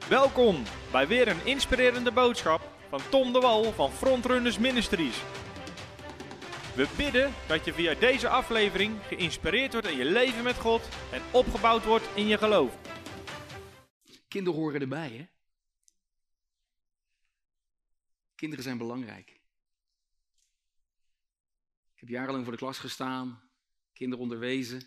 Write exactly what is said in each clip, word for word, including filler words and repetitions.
Welkom bij weer een inspirerende boodschap van Tom de Wal van Frontrunners Ministries. We bidden dat je via deze aflevering geïnspireerd wordt in je leven met God en opgebouwd wordt in je geloof. Kinderen horen erbij, hè? Kinderen zijn belangrijk. Ik heb jarenlang voor de klas gestaan, kinderen onderwezen.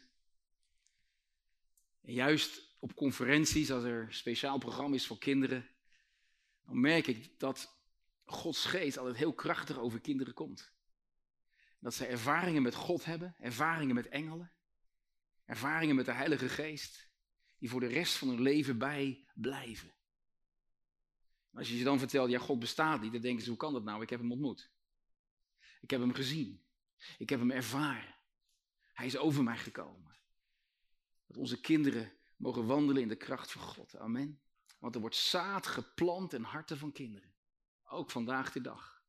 En juist op conferenties, als er een speciaal programma is voor kinderen, dan merk ik dat Gods geest altijd heel krachtig over kinderen komt. Dat ze ervaringen met God hebben, ervaringen met engelen, ervaringen met de Heilige Geest, die voor de rest van hun leven bij blijven. Als je ze dan vertelt, ja, God bestaat niet, dan denken ze, hoe kan dat nou? Ik heb hem ontmoet. Ik heb hem gezien. Ik heb hem ervaren. Hij is over mij gekomen. Dat onze kinderen mogen wandelen in de kracht van God. Amen. Want er wordt zaad geplant in harten van kinderen. Ook vandaag de dag.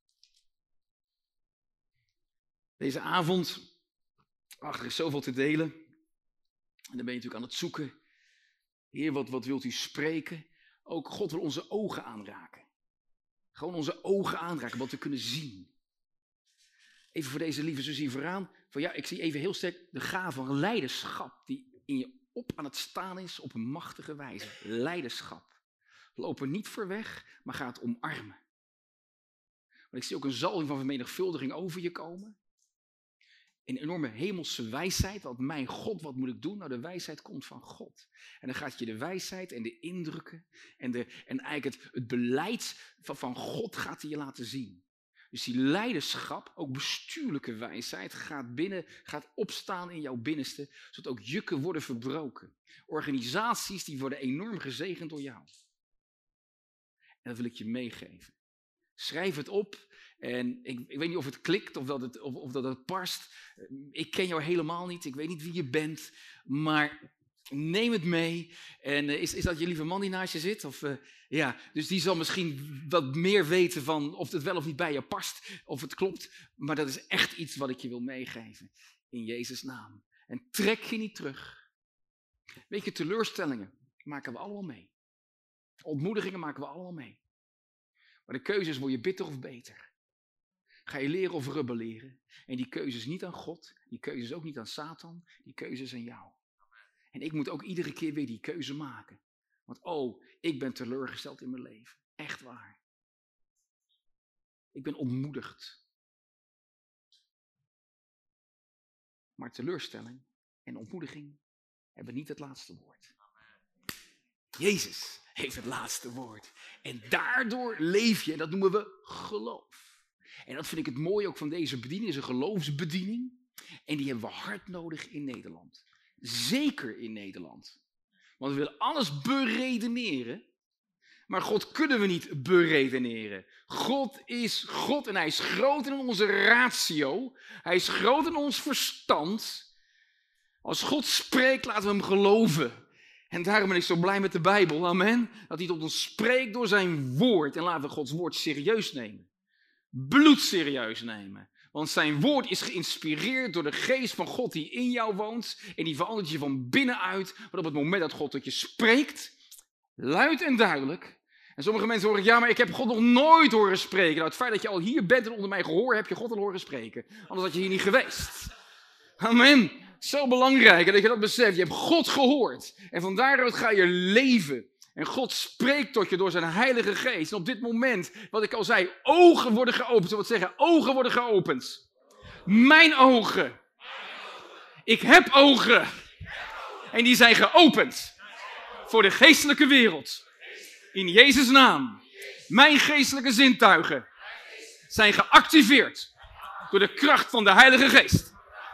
Deze avond, ach, er is zoveel te delen. En dan ben je natuurlijk aan het zoeken. Heer, wat, wat wilt u spreken? Ook God wil onze ogen aanraken. Gewoon onze ogen aanraken, wat we kunnen zien. Even voor deze lieve zus hier vooraan. Van ja, ik zie even heel sterk de gave van leiderschap die in je op aan het staan is op een machtige wijze. Leiderschap. Loop er niet voor weg, maar ga het omarmen. Want ik zie ook een zalving van vermenigvuldiging over je komen. Een enorme hemelse wijsheid. Want mijn God, wat moet ik doen? Nou, de wijsheid komt van God. En dan gaat je de wijsheid en de indrukken en, de, en eigenlijk het, het beleid van, van God gaat hij je laten zien. Dus die leiderschap, ook bestuurlijke wijsheid, gaat, binnen, gaat opstaan in jouw binnenste, zodat ook jukken worden verbroken. Organisaties die worden enorm gezegend door jou. En dat wil ik je meegeven. Schrijf het op. En ik, ik weet niet of het klikt of dat het, of, of dat het past. Ik ken jou helemaal niet. Ik weet niet wie je bent. Maar neem het mee. En uh, is, is dat je lieve man die naast je zit? Of, uh, ja, dus die zal misschien wat meer weten van of het wel of niet bij je past. Of het klopt. Maar dat is echt iets wat ik je wil meegeven. In Jezus' naam. En trek je niet terug. Weet je, teleurstellingen maken we allemaal mee. Ontmoedigingen maken we allemaal mee. Maar de keuze is, word je bitter of beter? Ga je leren of rebelleren? En die keuze is niet aan God. Die keuze is ook niet aan Satan. Die keuze is aan jou. En ik moet ook iedere keer weer die keuze maken. Want oh, ik ben teleurgesteld in mijn leven. Echt waar. Ik ben ontmoedigd. Maar teleurstelling en ontmoediging hebben niet het laatste woord. Jezus heeft het laatste woord. En daardoor leef je, en dat noemen we geloof. En dat vind ik het mooie ook van deze bediening, is een geloofsbediening. En die hebben we hard nodig in Nederland. Zeker in Nederland. Want we willen alles beredeneren. Maar God kunnen we niet beredeneren. God is God en hij is groot in onze ratio. Hij is groot in ons verstand. Als God spreekt, laten we hem geloven. En daarom ben ik zo blij met de Bijbel, amen. Dat hij tot ons spreekt door zijn woord. En laten we Gods woord serieus nemen. Bloedserieus nemen. Want zijn woord is geïnspireerd door de geest van God die in jou woont. En die verandert je van binnenuit. Want op het moment dat God tot je spreekt, luid en duidelijk. En sommige mensen horen, ja, maar ik heb God nog nooit horen spreken. Nou, het feit dat je al hier bent en onder mijn gehoor heb je God al horen spreken. Anders had je hier niet geweest. Amen. Zo belangrijk dat je dat beseft. Je hebt God gehoord. En van daaruit ga je leven. En God spreekt tot je door zijn Heilige Geest. En op dit moment, wat ik al zei, ogen worden geopend. Dat wil zeggen, ogen worden geopend. Mijn ogen. Ik heb ogen. En die zijn geopend. Voor de geestelijke wereld. In Jezus' naam. Mijn geestelijke zintuigen zijn geactiveerd. Door de kracht van de Heilige Geest.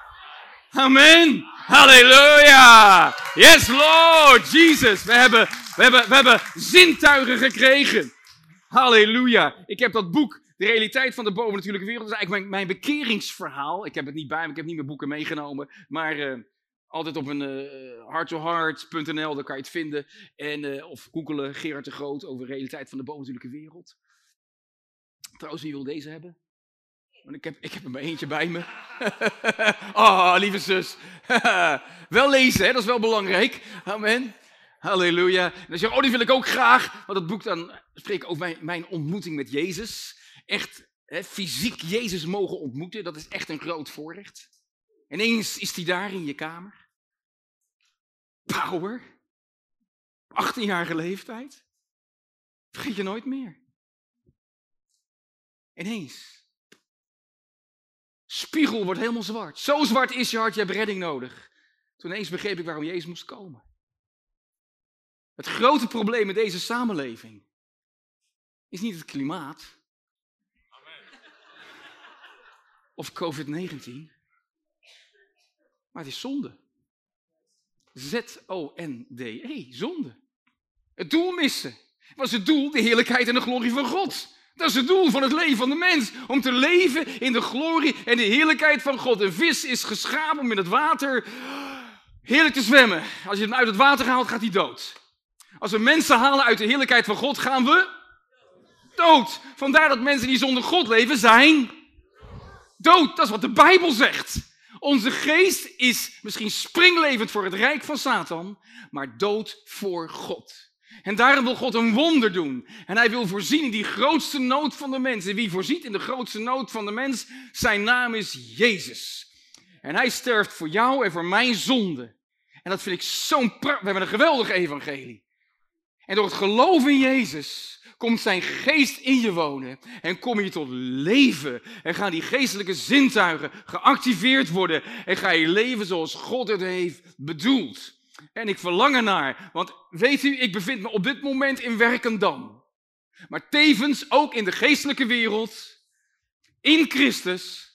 Amen. Halleluja. Yes, Lord Jesus. We hebben, we hebben, we hebben zintuigen gekregen. Halleluja. Ik heb dat boek, De Realiteit van de Bovennatuurlijke Wereld. Dat is eigenlijk mijn, mijn bekeringsverhaal. Ik heb het niet bij me, ik heb niet mijn boeken meegenomen. Maar uh, altijd op een uh, heart to heart punt n l, daar kan je het vinden. En, uh, of googelen Gerard de Groot over de Realiteit van de Bovennatuurlijke Wereld. Trouwens, wie wil deze hebben? Want ik heb, ik heb er maar eentje bij me. Oh, lieve zus. Wel lezen, hè? Dat is wel belangrijk. Amen. Halleluja. En dan zeg je, oh, die wil ik ook graag. Want dat boek dan spreekt over mijn, mijn ontmoeting met Jezus. Echt hè, fysiek Jezus mogen ontmoeten, dat is echt een groot voorrecht. Ineens is hij daar in je kamer. Power. achttienjarige leeftijd. Vergeet je nooit meer. Ineens. Spiegel wordt helemaal zwart. Zo zwart is je hart, je hebt redding nodig. Toen ineens begreep ik waarom Jezus moest komen. Het grote probleem met deze samenleving is niet het klimaat. Of covid negentien. Maar het is zonde. Z O N D E, zonde. Het doel missen. Was het doel de heerlijkheid en de glorie van God. Dat is het doel van het leven van de mens. Om te leven in de glorie en de heerlijkheid van God. Een vis is geschapen om in het water heerlijk te zwemmen. Als je hem uit het water haalt, gaat hij dood. Als we mensen halen uit de heerlijkheid van God, gaan we dood. Vandaar dat mensen die zonder God leven, zijn dood. Dat is wat de Bijbel zegt. Onze geest is misschien springlevend voor het rijk van Satan, maar dood voor God. En daarom wil God een wonder doen. En hij wil voorzien in die grootste nood van de mens. En wie voorziet in de grootste nood van de mens, zijn naam is Jezus. En hij sterft voor jou en voor mijn zonde. En dat vind ik zo'n prachtig. We hebben een geweldige evangelie. En door het geloof in Jezus komt zijn geest in je wonen. En kom je tot leven. En gaan die geestelijke zintuigen geactiveerd worden. En ga je leven zoals God het heeft bedoeld. En ik verlang ernaar. Want weet u, ik bevind me op dit moment in Werkendam. Maar tevens ook in de geestelijke wereld. In Christus.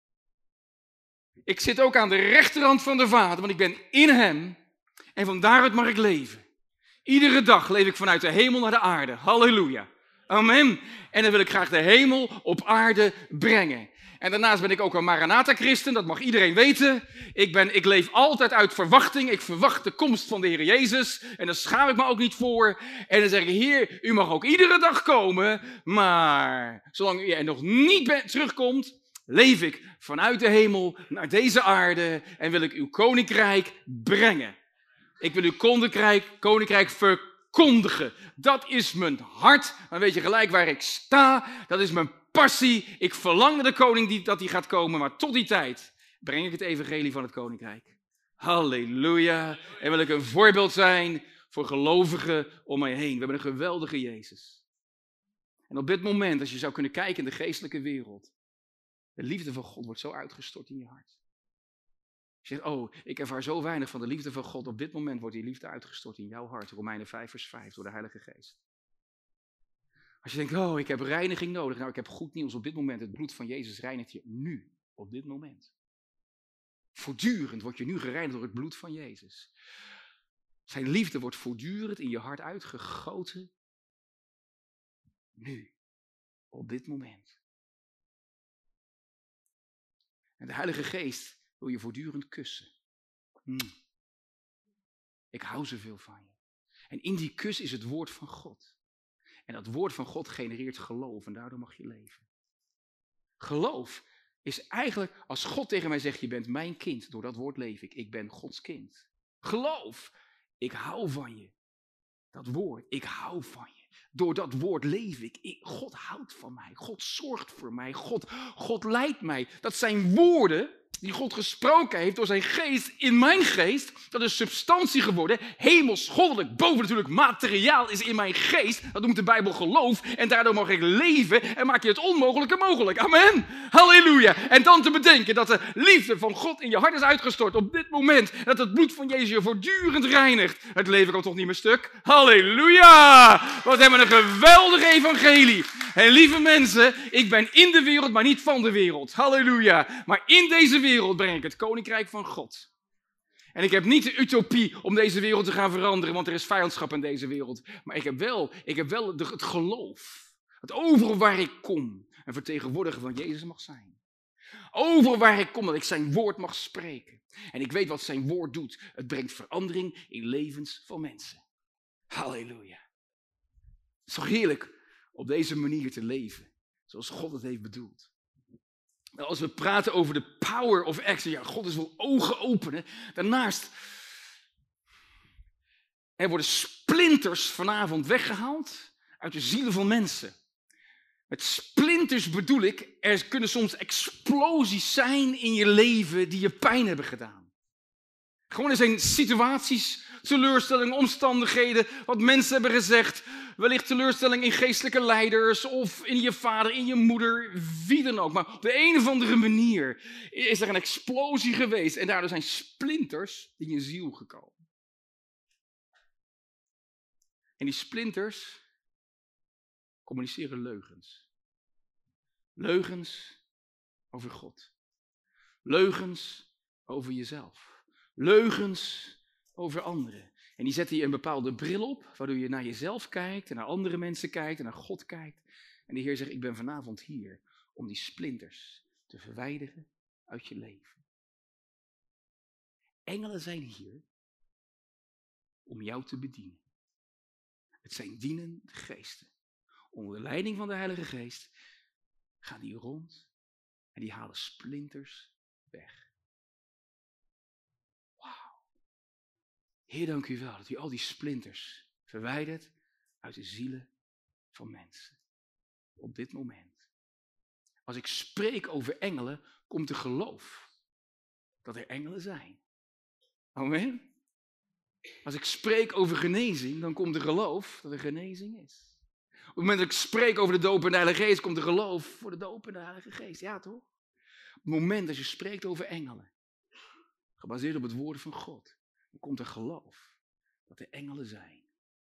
Ik zit ook aan de rechterhand van de Vader. Want ik ben in hem. En van daaruit mag ik leven. Iedere dag leef ik vanuit de hemel naar de aarde. Halleluja. Amen. En dan wil ik graag de hemel op aarde brengen. En daarnaast ben ik ook een Maranatha-christen, dat mag iedereen weten. Ik, ben, ik leef altijd uit verwachting. Ik verwacht de komst van de Heer Jezus. En daar schaam ik me ook niet voor. En dan zeg ik, Heer, u mag ook iedere dag komen. Maar zolang u er nog niet bent, terugkomt, leef ik vanuit de hemel naar deze aarde. En wil ik uw koninkrijk brengen. Ik wil uw koninkrijk, koninkrijk verkondigen. Dat is mijn hart. Dan weet je gelijk waar ik sta. Dat is mijn passie. Ik verlang naar de koning die, dat die gaat komen. Maar tot die tijd breng ik het evangelie van het koninkrijk. Halleluja. En wil ik een voorbeeld zijn voor gelovigen om mij heen. We hebben een geweldige Jezus. En op dit moment, als je zou kunnen kijken in de geestelijke wereld. De liefde van God wordt zo uitgestort in je hart. Je zegt, oh, ik ervaar zo weinig van de liefde van God. Op dit moment wordt die liefde uitgestort in jouw hart. Romeinen vijf vers vijf, door de Heilige Geest. Als je denkt, oh, ik heb reiniging nodig. Nou, ik heb goed nieuws op dit moment. Het bloed van Jezus reinigt je nu, op dit moment. Voortdurend word je nu gereinigd door het bloed van Jezus. Zijn liefde wordt voortdurend in je hart uitgegoten. Nu, op dit moment. En de Heilige Geest wil je voortdurend kussen. Mm. Ik hou zoveel van je. En in die kus is het woord van God. En dat woord van God genereert geloof en daardoor mag je leven. Geloof is eigenlijk, als God tegen mij zegt, je bent mijn kind, door dat woord leef ik. Ik ben Gods kind. Geloof, ik hou van je. Dat woord, ik hou van je. Door dat woord leef ik. ik. God houdt van mij. God zorgt voor mij. God, God leidt mij. Dat zijn woorden die God gesproken heeft door zijn geest in mijn geest. Dat is substantie geworden. Hemels, goddelijk, bovennatuurlijk materiaal is in mijn geest. Dat noemt de Bijbel geloof. En daardoor mag ik leven en maak je het onmogelijke mogelijk. Amen. Halleluja. En dan te bedenken dat de liefde van God in je hart is uitgestort op dit moment. Dat het bloed van Jezus je voortdurend reinigt. Het leven kan toch niet meer stuk? Halleluja. Wat hebben we een geweldige evangelie. En lieve mensen, ik ben in de wereld, maar niet van de wereld. Halleluja. Maar in deze wereld breng ik het koninkrijk van God. En ik heb niet de utopie om deze wereld te gaan veranderen, want er is vijandschap in deze wereld. Maar ik heb wel, ik heb wel de, het geloof. Dat overal waar ik kom, een vertegenwoordiger van Jezus mag zijn. Overal waar ik kom, dat ik zijn woord mag spreken. En ik weet wat zijn woord doet. Het brengt verandering in levens van mensen. Halleluja. Het is toch heerlijk op deze manier te leven, zoals God het heeft bedoeld. Als we praten over de power of action, ja, God is wel ogen openen. Daarnaast, Er worden splinters vanavond weggehaald uit de zielen van mensen. Met splinters bedoel ik, er kunnen soms explosies zijn in je leven die je pijn hebben gedaan. Gewoon er zijn situaties, teleurstellingen, omstandigheden, wat mensen hebben gezegd. Wellicht teleurstelling in geestelijke leiders of in je vader, in je moeder, wie dan ook. Maar op de een of andere manier is er een explosie geweest en daardoor zijn splinters in je ziel gekomen. En die splinters communiceren leugens. Leugens over God. Leugens over jezelf. Leugens over anderen. En die zetten je een bepaalde bril op, waardoor je naar jezelf kijkt en naar andere mensen kijkt en naar God kijkt. En de Heer zegt, ik ben vanavond hier om die splinters te verwijderen uit je leven. Engelen zijn hier om jou te bedienen. Het zijn dienende geesten. Onder de leiding van de Heilige Geest gaan die rond en die halen splinters weg. Wauw. Heer, dank u wel dat u al die splinters verwijdert uit de zielen van mensen. Op dit moment. Als ik spreek over engelen, komt er geloof dat er engelen zijn. Amen. Als ik spreek over genezing, dan komt er geloof dat er genezing is. Op het moment dat ik spreek over de doop en de Heilige Geest, komt er geloof voor de doop en de Heilige Geest. Ja, toch? Op het moment dat je spreekt over engelen, gebaseerd op het woord van God, dan komt er geloof dat er engelen zijn.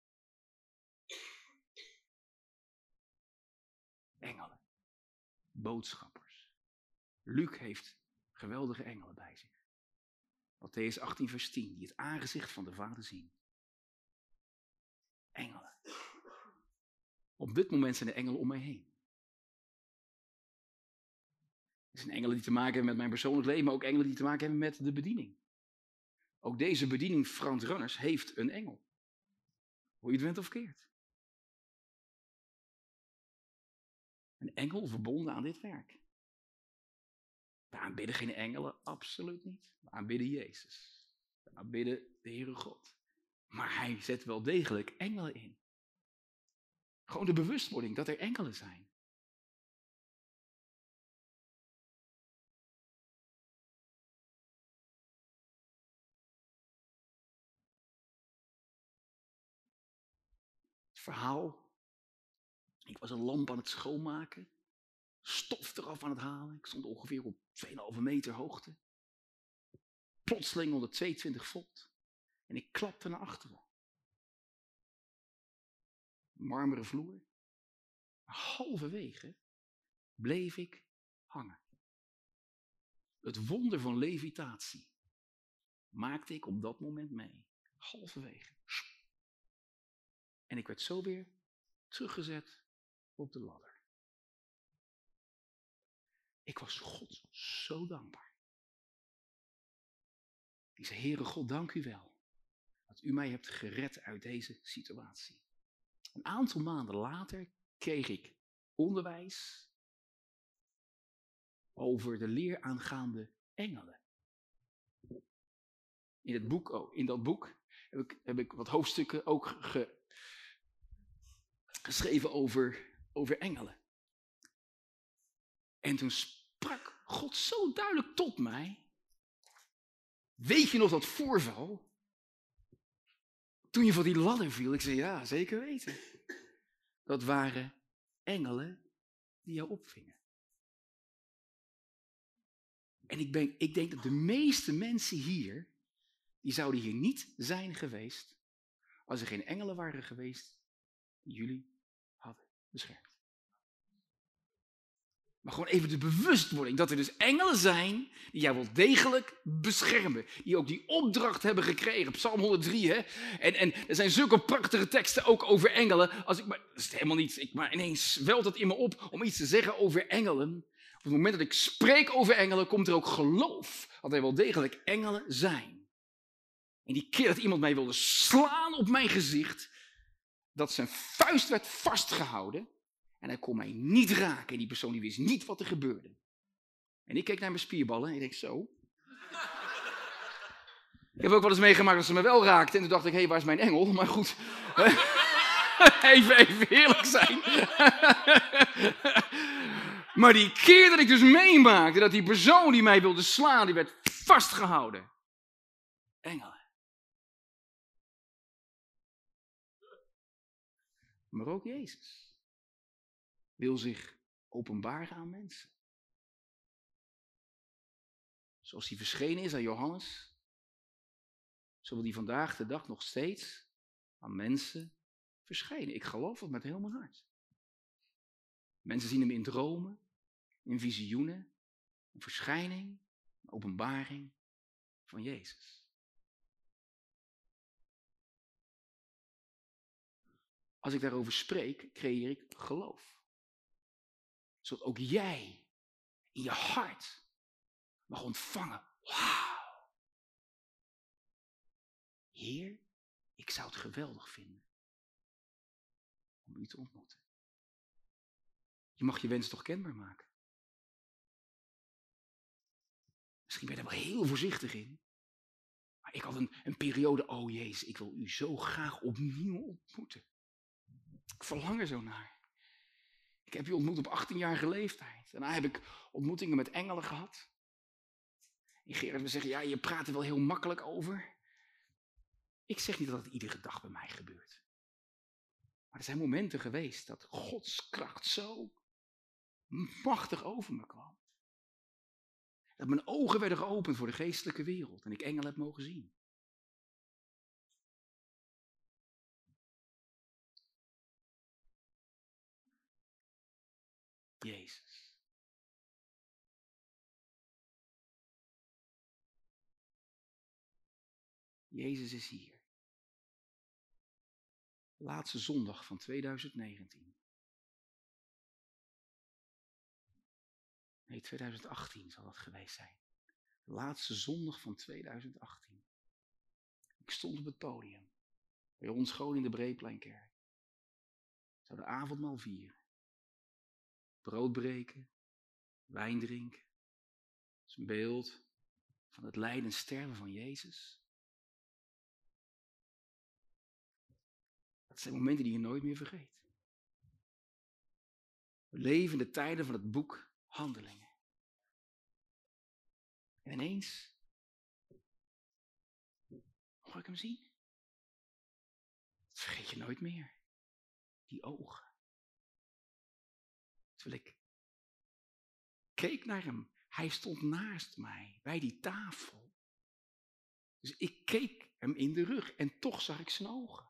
Engelen. Boodschappers. Luc heeft geweldige engelen bij zich. Mattheüs achttien vers tien, die het aangezicht van de Vader zien. Engelen. Op dit moment zijn er engelen om mij heen. Er zijn engelen die te maken hebben met mijn persoonlijk leven, maar ook engelen die te maken hebben met de bediening. Ook deze bediening, Frans Runners, heeft een engel. Hoe je het went of keert. Een engel verbonden aan dit werk. We aanbidden geen engelen, absoluut niet. We aanbidden Jezus. We aanbidden de Heere God. Maar hij zet wel degelijk engelen in. Gewoon de bewustwording dat er engelen zijn. Het verhaal. Ik was een lamp aan het schoonmaken. Stof eraf aan het halen. Ik stond ongeveer op twee komma vijf meter hoogte. Plotseling honderdtweeëntwintig volt. En ik klapte naar achteren. Marmeren vloer. Maar halverwege bleef ik hangen. Het wonder van levitatie maakte ik op dat moment mee. Halverwege. En ik werd zo weer teruggezet op de ladder. Ik was God zo dankbaar. Ik zei, Heere God, dank u wel dat u mij hebt gered uit deze situatie. Een aantal maanden later kreeg ik onderwijs over de leer aangaande engelen. In, het boek, oh, in dat boek heb ik, heb ik wat hoofdstukken ook ge, geschreven over, over engelen. En toen sprak God zo duidelijk tot mij. Weet je nog dat voorval? Toen je van die ladder viel. Ik zei, ja, zeker weten. Dat waren engelen die jou opvingen. En ik, ben, ik denk dat de meeste mensen hier, die zouden hier niet zijn geweest, als er geen engelen waren geweest die jullie hadden beschermd. Maar gewoon even de bewustwording dat er dus engelen zijn die jou wel degelijk beschermen. Die ook die opdracht hebben gekregen. Psalm honderddrie, hè. En, en er zijn zulke prachtige teksten ook over engelen. Als ik maar, dat is helemaal niet, ik, maar ineens welt het in me op om iets te zeggen over engelen. Op het moment dat ik spreek over engelen, komt er ook geloof dat er wel degelijk engelen zijn. En die keer dat iemand mij wilde slaan op mijn gezicht, dat zijn vuist werd vastgehouden. En hij kon mij niet raken. En die persoon die wist niet wat er gebeurde. En ik keek naar mijn spierballen en ik denk zo. Ik heb ook wel eens meegemaakt dat ze me wel raakte. En toen dacht ik, hé, hey, waar is mijn engel? Maar goed, even, even eerlijk zijn. Maar die keer dat ik dus meemaakte dat die persoon die mij wilde slaan, die werd vastgehouden. Engelen. Maar ook Jezus wil zich openbaren aan mensen. Zoals hij verschenen is aan Johannes, zo wil hij vandaag de dag nog steeds aan mensen verschijnen. Ik geloof dat met heel mijn hart. Mensen zien hem in dromen, in visioenen, een verschijning, een openbaring van Jezus. Als ik daarover spreek, creëer ik geloof. Zodat ook jij in je hart mag ontvangen. Wauw. Heer, ik zou het geweldig vinden om u te ontmoeten. Je mag je wens toch kenbaar maken. Misschien ben je daar wel heel voorzichtig in. Maar ik had een, een periode, oh Jezus, ik wil u zo graag opnieuw ontmoeten. Ik verlang er zo naar. Ik heb u ontmoet op achttienjarige leeftijd. Daarna heb ik ontmoetingen met engelen gehad. En Gerard wil zeggen, ja, je praat er wel heel makkelijk over. Ik zeg niet dat het iedere dag bij mij gebeurt. Maar er zijn momenten geweest dat Gods kracht zo machtig over me kwam. Dat mijn ogen werden geopend voor de geestelijke wereld en ik engelen heb mogen zien. Jezus. Jezus is hier. Laatste zondag van tweeduizend negentien. Nee, tweeduizend achttien zal dat geweest zijn. De laatste zondag van tweeduizend achttien. Ik stond op het podium. Bij ons gewoon in de Breepleinkerk. Ik zou de avondmaal vieren. Brood breken. Wijn drinken. Dat is een beeld van het lijden en sterven van Jezus. Dat zijn momenten die je nooit meer vergeet. We leven in de tijden van het boek Handelingen. En ineens mag ik hem zien. Dat vergeet je nooit meer. Die ogen. Terwijl ik keek naar hem. Hij stond naast mij bij die tafel. Dus ik keek hem in de rug en toch zag ik zijn ogen.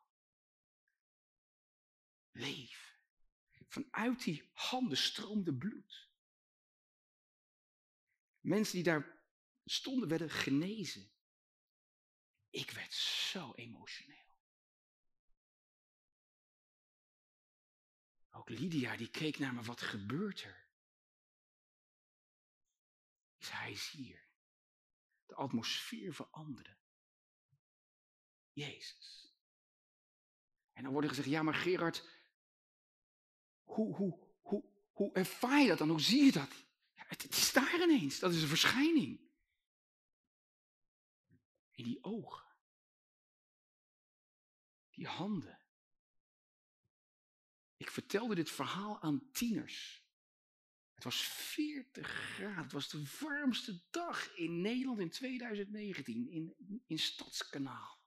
Leven. Vanuit die handen stroomde bloed. Mensen die daar stonden werden genezen. Ik werd zo emotioneel. Ook Lydia die keek naar me, wat gebeurt er? Ik zei, hij is hier. De atmosfeer veranderde. Jezus. En dan wordt er gezegd, ja maar Gerard, hoe, hoe, hoe, hoe ervaar je dat dan? Hoe zie je dat? Ja, het, het is daar ineens, dat is een verschijning. In die ogen. Die handen. Ik vertelde dit verhaal aan tieners. Het was veertig graden. Het was de warmste dag in Nederland in tweeduizend negentien. In, in Stadskanaal.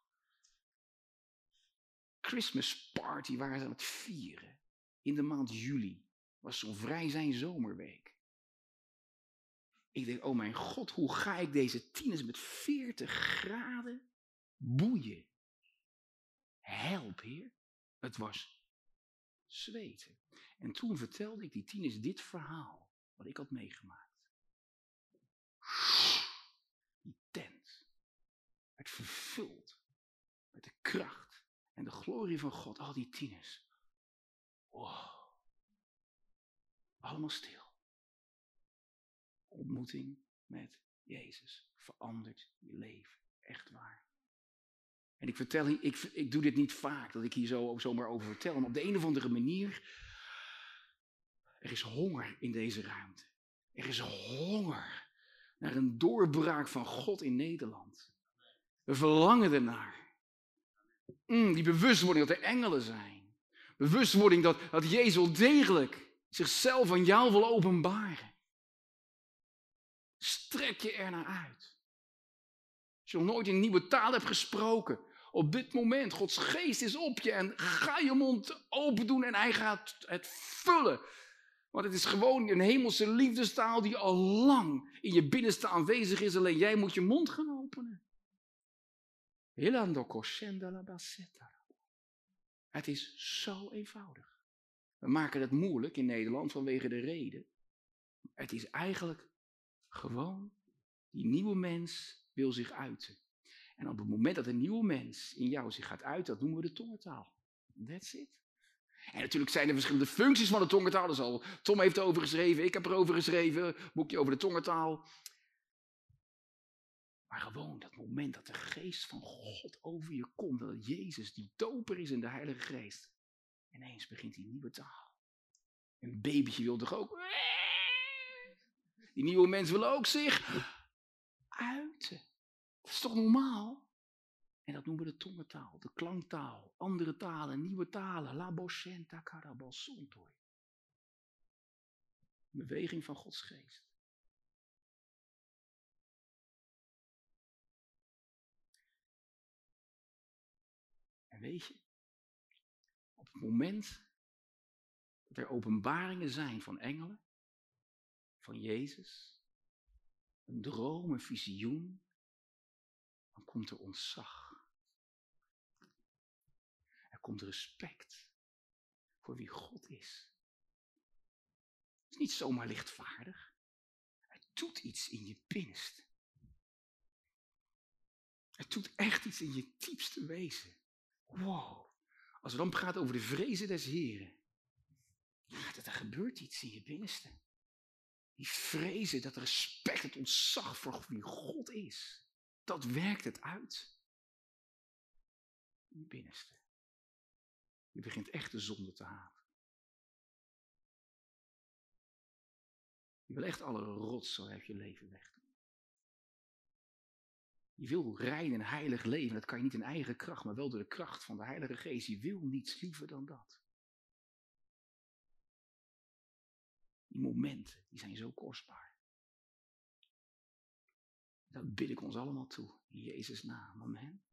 Christmas party waren ze aan het vieren. In de maand juli. Was zo'n vrij zijn zomerweek. Ik denk, oh mijn God, hoe ga ik deze tieners met veertig graden boeien? Help, Heer. Het was zweten. En toen vertelde ik die tieners dit verhaal, wat ik had meegemaakt. Die tent werd vervuld met de kracht en de glorie van God. Al die tieners. Wow. Allemaal stil. Ontmoeting met Jezus verandert je leven. Echt waar. En ik vertel, ik, ik doe dit niet vaak, dat ik hier zo zomaar over vertel. Maar op de een of andere manier, er is honger in deze ruimte. Er is honger naar een doorbraak van God in Nederland. We verlangen ernaar. Mm, die bewustwording dat er engelen zijn. Bewustwording dat, dat Jezus wel degelijk zichzelf aan jou wil openbaren. Strek je er naar uit. Als je nog nooit in een nieuwe taal hebt gesproken, op dit moment, Gods geest is op je en ga je mond open doen en hij gaat het vullen. Want het is gewoon een hemelse liefdestaal die al lang in je binnenste aanwezig is, alleen jij moet je mond gaan openen. Het is zo eenvoudig. We maken het moeilijk in Nederland vanwege de reden. Het is eigenlijk gewoon, die nieuwe mens wil zich uiten. En op het moment dat een nieuwe mens in jou zich gaat uiten, dat noemen we de tongentaal. That's it. En natuurlijk zijn er verschillende functies van de tongentaal. Dat is al, Tom heeft erover geschreven, ik heb erover geschreven, een boekje over de tongentaal. Maar gewoon dat moment dat de geest van God over je komt, dat Jezus die doper is in de Heilige Geest. Ineens begint die nieuwe taal. Een babytje wil toch ook... Die nieuwe mens wil ook zich uiten. Dat is toch normaal? En dat noemen we de tongentaal, de klanktaal, andere talen, nieuwe talen. La boshenta karabalsontoi. Beweging van Gods geest. En weet je, op het moment dat er openbaringen zijn van engelen, van Jezus, een droom, een visioen, dan komt er ontzag. Er komt respect voor wie God is. Het is niet zomaar lichtvaardig. Het doet iets in je binnenste. Het doet echt iets in je diepste wezen. Wow. Als we dan praten over de vrezen des Heren. Ja, dat er gebeurt iets in je binnenste. Die vrezen, dat respect, het ontzag voor wie God is. Dat werkt het uit. In je binnenste. Je begint echt de zonde te haten. Je wil echt alle rotzooi uit je leven wegdoen. Je wil rein en heilig leven. Dat kan je niet in eigen kracht, maar wel door de kracht van de Heilige Geest. Je wil niets liever dan dat. Die momenten, die zijn zo kostbaar. Dat bid ik ons allemaal toe. In Jezus' naam. Amen.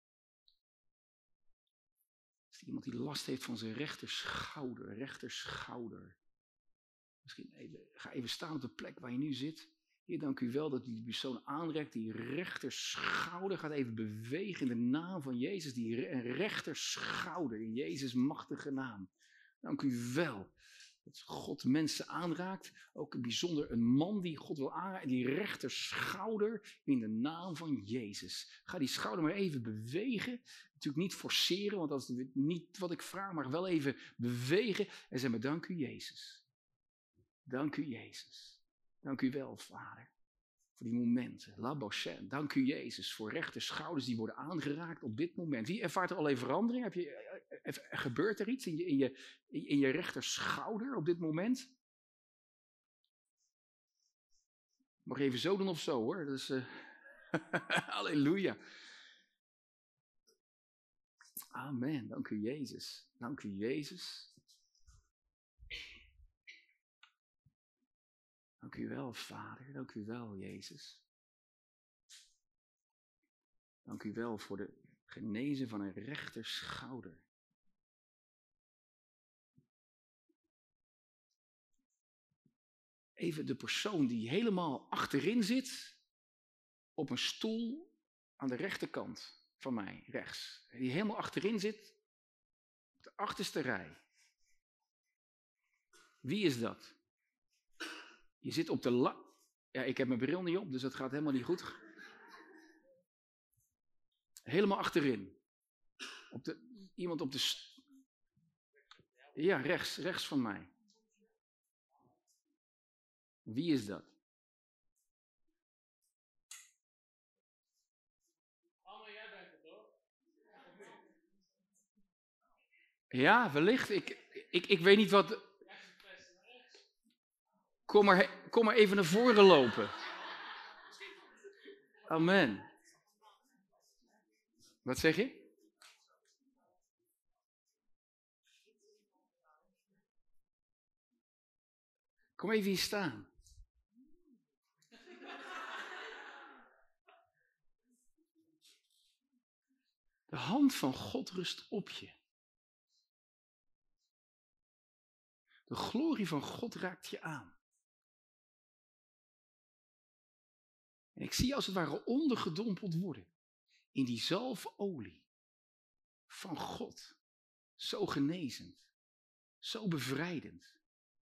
Is er iemand die last heeft van zijn rechterschouder, rechterschouder. Misschien even, ga even staan op de plek waar je nu zit. Heer, dank u wel dat u die persoon aanreikt. Die rechterschouder gaat even bewegen in de naam van Jezus. Die rechterschouder in Jezus' machtige naam. Dank u wel dat God mensen aanraakt. Ook bijzonder een man die God wil aanraken. Die rechterschouder in de naam van Jezus. Ga die schouder maar even bewegen. Natuurlijk niet forceren, want dat is niet wat ik vraag. Maar wel even bewegen. En zeg maar, dank u Jezus. Dank u Jezus. Dank u wel, Vader. Voor die momenten. La Bochen. Dank u Jezus voor rechterschouders die worden aangeraakt op dit moment. Wie ervaart er alleen verandering? Heb je, gebeurt er iets in je, in je, in je rechterschouder op dit moment? Mag je even zo doen of zo hoor. Dat is, uh... halleluja. Amen. Dank u Jezus. Dank u Jezus. Dank u wel, Vader. Dank u wel, Jezus. Dank u wel voor de genezen van een rechterschouder. Even de persoon die helemaal achterin zit, op een stoel aan de rechterkant van mij, rechts. Die helemaal achterin zit, op de achterste rij. Wie is dat? Je zit op de la... Ja, ik heb mijn bril niet op, dus dat gaat helemaal niet goed. Helemaal achterin. Op de... Iemand op de... St... Ja, rechts, rechts van mij. Wie is dat? Ja, wellicht. Ik, ik, ik weet niet wat... Kom maar, kom maar even naar voren lopen. Amen. Wat zeg je? Kom even hier staan. De hand van God rust op je. De glorie van God raakt je aan. En ik zie je als het ware ondergedompeld worden in die zalfolie van God. Zo genezend, zo bevrijdend.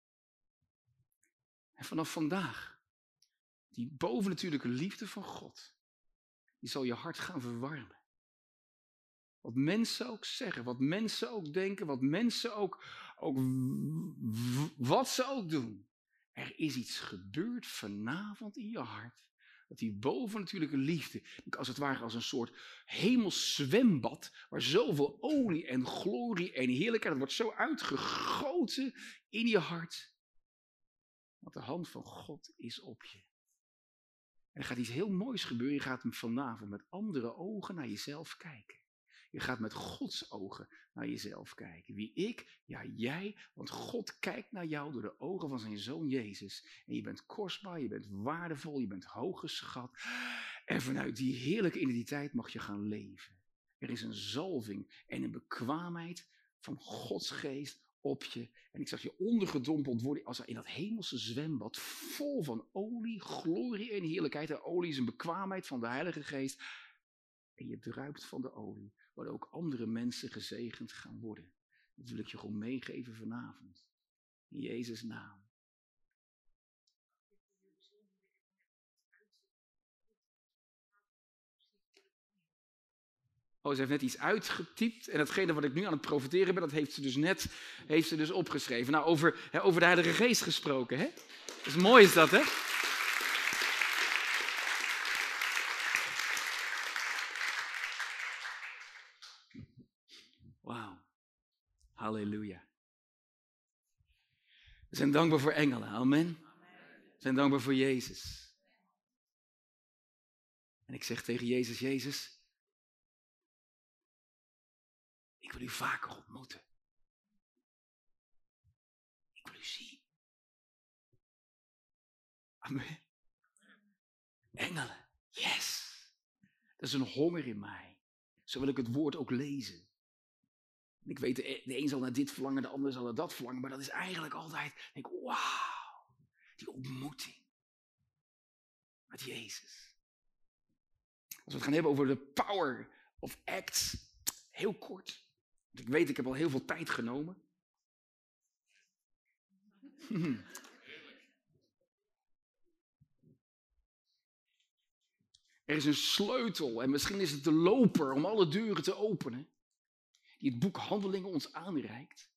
En vanaf vandaag, die bovennatuurlijke liefde van God, die zal je hart gaan verwarmen. Wat mensen ook zeggen, wat mensen ook denken, wat mensen ook, ook wat ze ook doen. Er is iets gebeurd vanavond in je hart. Dat die bovennatuurlijke liefde, als het ware als een soort hemels zwembad, waar zoveel olie en glorie en heerlijkheid, dat wordt zo uitgegoten in je hart. Want de hand van God is op je. En er gaat iets heel moois gebeuren. Je gaat hem vanavond met andere ogen naar jezelf kijken. Je gaat met Gods ogen naar jezelf kijken. Wie ik? Ja, jij. Want God kijkt naar jou door de ogen van zijn Zoon Jezus. En je bent kostbaar, je bent waardevol, je bent hooggeschat. En vanuit die heerlijke identiteit mag je gaan leven. Er is een zalving en een bekwaamheid van Gods geest op je. En ik zag je ondergedompeld worden als in dat hemelse zwembad. Vol van olie, glorie en heerlijkheid. En olie is een bekwaamheid van de Heilige Geest. En je druipt van de olie. Waar ook andere mensen gezegend gaan worden. Dat wil ik je gewoon meegeven vanavond. In Jezus' naam. Oh, ze heeft net iets uitgetypt. En datgene wat ik nu aan het profiteren ben, dat heeft ze dus net heeft ze dus opgeschreven. Nou, over, hè, over de Heilige Geest gesproken. Hè? Dat is mooi is dat, hè? Wauw. Halleluja. We zijn dankbaar voor engelen. Amen. We zijn dankbaar voor Jezus. En ik zeg tegen Jezus, Jezus, ik wil u vaker ontmoeten. Ik wil u zien. Amen. Engelen, yes. Dat is een honger in mij. Zo wil ik het woord ook lezen. Ik weet, de een zal naar dit verlangen, de ander zal naar dat verlangen. Maar dat is eigenlijk altijd, denk ik, wauw, die ontmoeting met Jezus. Als we het gaan hebben over de power of acts, heel kort. Want ik weet, ik heb al heel veel tijd genomen. Er is een sleutel en misschien is het de loper om alle deuren te openen. Die het boek Handelingen ons aanreikt.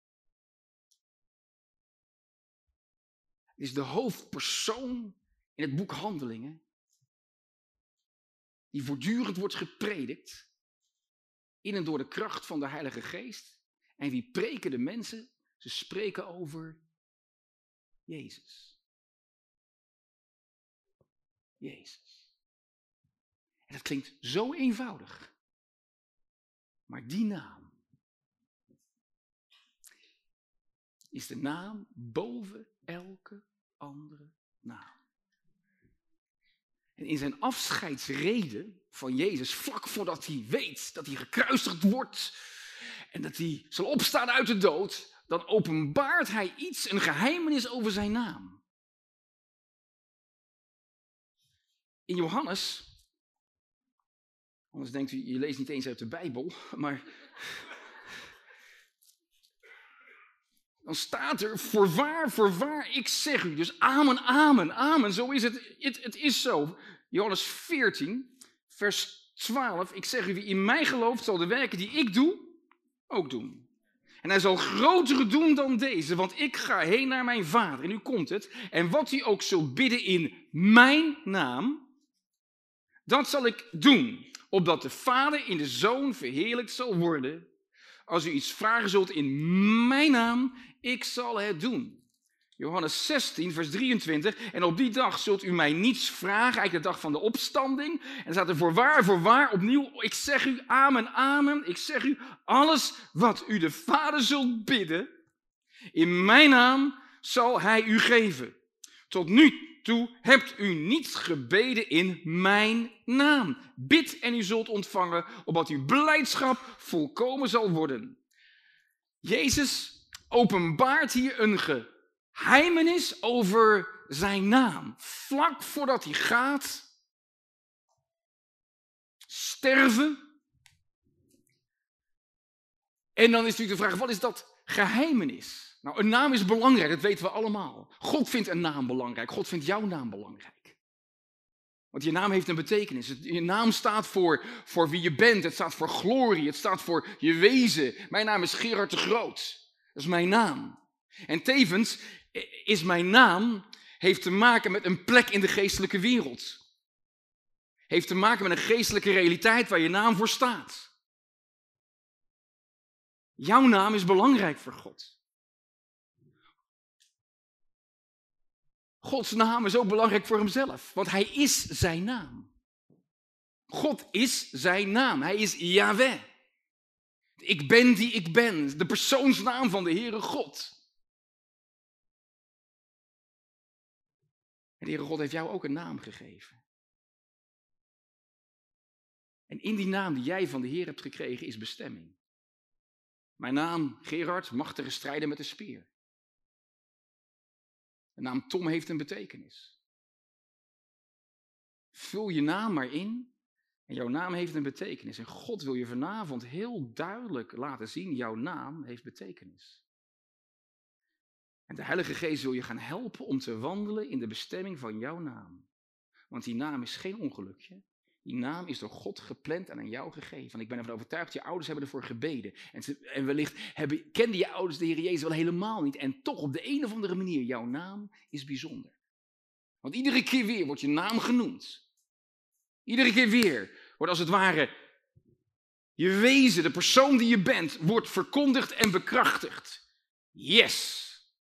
Het is de hoofdpersoon in het boek Handelingen. Die voortdurend wordt gepredikt. In en door de kracht van de Heilige Geest. En wie preken de mensen? Ze spreken over Jezus. Jezus. En dat klinkt zo eenvoudig. Maar die naam is de naam boven elke andere naam. En in zijn afscheidsrede van Jezus, vlak voordat hij weet dat hij gekruisigd wordt en dat hij zal opstaan uit de dood, dan openbaart hij iets, een geheimenis over zijn naam. In Johannes, anders denkt u, je leest niet eens uit de Bijbel, maar dan staat er, voorwaar, voorwaar, ik zeg u. Dus amen, amen, amen, zo is het, het, het is zo. Johannes veertien, vers twaalf, ik zeg u, wie in mij gelooft, zal de werken die ik doe, ook doen. En hij zal grotere doen dan deze, want ik ga heen naar mijn Vader. En nu komt het, en wat u ook zult bidden in mijn naam, dat zal ik doen, opdat de Vader in de Zoon verheerlijkt zal worden. Als u iets vragen zult in mijn naam, ik zal het doen. Johannes zestien, vers drieëntwintig. En op die dag zult u mij niets vragen, eigenlijk de dag van de opstanding. En dan staat er voorwaar, voorwaar, opnieuw, ik zeg u, amen, amen. Ik zeg u, alles wat u de Vader zult bidden, in mijn naam zal hij u geven. Tot nu toe hebt u niet gebeden in mijn naam. Bid en u zult ontvangen, opdat uw blijdschap volkomen zal worden. Jezus openbaart hier een geheimenis over zijn naam. Vlak voordat hij gaat sterven. En dan is natuurlijk de vraag, wat is dat geheimenis? Nou, een naam is belangrijk, dat weten we allemaal. God vindt een naam belangrijk, God vindt jouw naam belangrijk. Want je naam heeft een betekenis. Je naam staat voor, voor wie je bent, het staat voor glorie, het staat voor je wezen. Mijn naam is Gerard de Groot, dat is mijn naam. En tevens is mijn naam, heeft te maken met een plek in de geestelijke wereld. Heeft te maken met een geestelijke realiteit waar je naam voor staat. Jouw naam is belangrijk voor God. Gods naam is ook belangrijk voor hemzelf, want hij is zijn naam. God is zijn naam, hij is Yahweh. Ik ben die ik ben, de persoonsnaam van de Heere God. En de Heere God heeft jou ook een naam gegeven. En in die naam die jij van de Heer hebt gekregen is bestemming. Mijn naam, Gerard, machtige strijden met de speer. De naam Tom heeft een betekenis. Vul je naam maar in en jouw naam heeft een betekenis. En God wil je vanavond heel duidelijk laten zien, jouw naam heeft betekenis. En de Heilige Geest wil je gaan helpen om te wandelen in de bestemming van jouw naam. Want die naam is geen ongelukje. Die naam is door God gepland en aan jou gegeven. Want ik ben ervan overtuigd, je ouders hebben ervoor gebeden. En, ze, en wellicht hebben, kenden je ouders de Heer Jezus wel helemaal niet. En toch op de een of andere manier, jouw naam is bijzonder. Want iedere keer weer wordt je naam genoemd. Iedere keer weer wordt als het ware je wezen, de persoon die je bent, wordt verkondigd en bekrachtigd. Yes!